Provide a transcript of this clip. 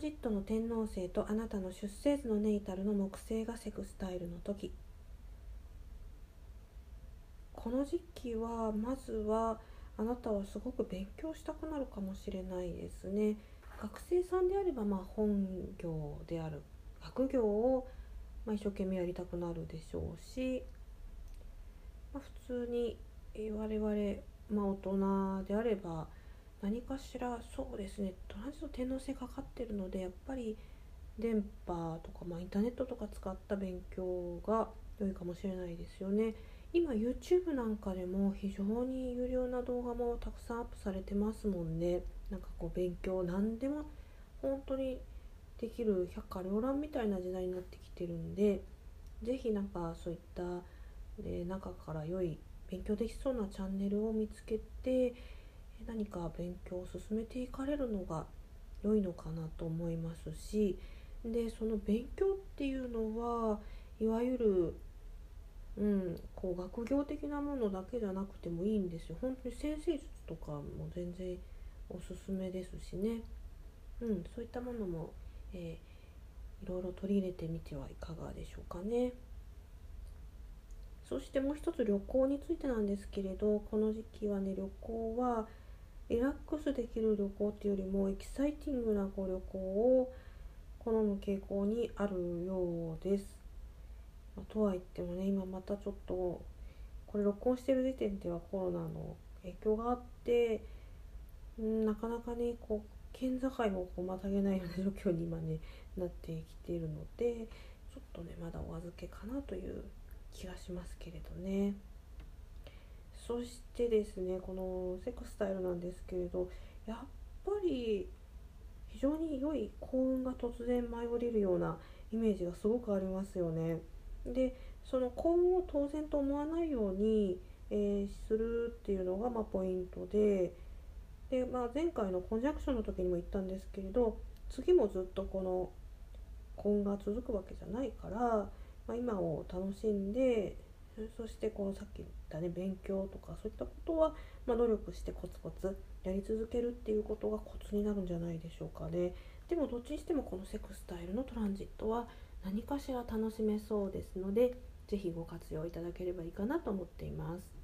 ジットの天王星とあなたの出生図のネイタルの木星がセクスタイルの時、この時期はまずはあなたはすごく勉強したくなるかもしれないですね。学生さんであれば本業である学業を一生懸命やりたくなるでしょうし、普通に我々、大人であれば何かしら、そうですね、トランジット天王星かかってるので、やっぱり電波とか、インターネットとか使った勉強が良いかもしれないですよね。今 YouTube なんかでも非常に有料な動画もたくさんアップされてますもんね。勉強何でも本当にできる百花繚乱みたいな時代になってきてるんで、ぜひそういった中から良い勉強できそうなチャンネルを見つけて、何か勉強を進めていかれるのが良いのかなと思いますし、でその勉強っていうのはいわゆる、学業的なものだけじゃなくてもいいんですよ。本当に先生術とかも全然おすすめですしね。そういったものも、いろいろ取り入れてみてはいかがでしょうかね。そしてもう一つ、旅行についてなんですけれど、この時期はね、旅行はリラックスできる旅行っていうよりもエキサイティングな旅行を好む傾向にあるようです。とは言ってもね、今またちょっとこれ録音してる時点ではコロナの影響があって、なかなかね県境もまたげないような状況に今ねなってきているので、ちょっとねまだお預けかなという気がしますけれどね。そしてですね、このセクスタイルなんですけれど、やっぱり非常に良い幸運が突然舞い降りるようなイメージがすごくありますよね。でその幸運を当然と思わないように、するっていうのがポイントで、前回のコンジャクションの時にも言ったんですけれど、次もずっとこの幸運が続くわけじゃないから、今を楽しんで、そしてこのさっき言ったね勉強とかそういったことは、努力してコツコツやり続けるっていうことがコツになるんじゃないでしょうかね。でもどっちにしてもこのセクスタイルのトランジットは何かしら楽しめそうですので、ぜひご活用いただければいいかなと思っています。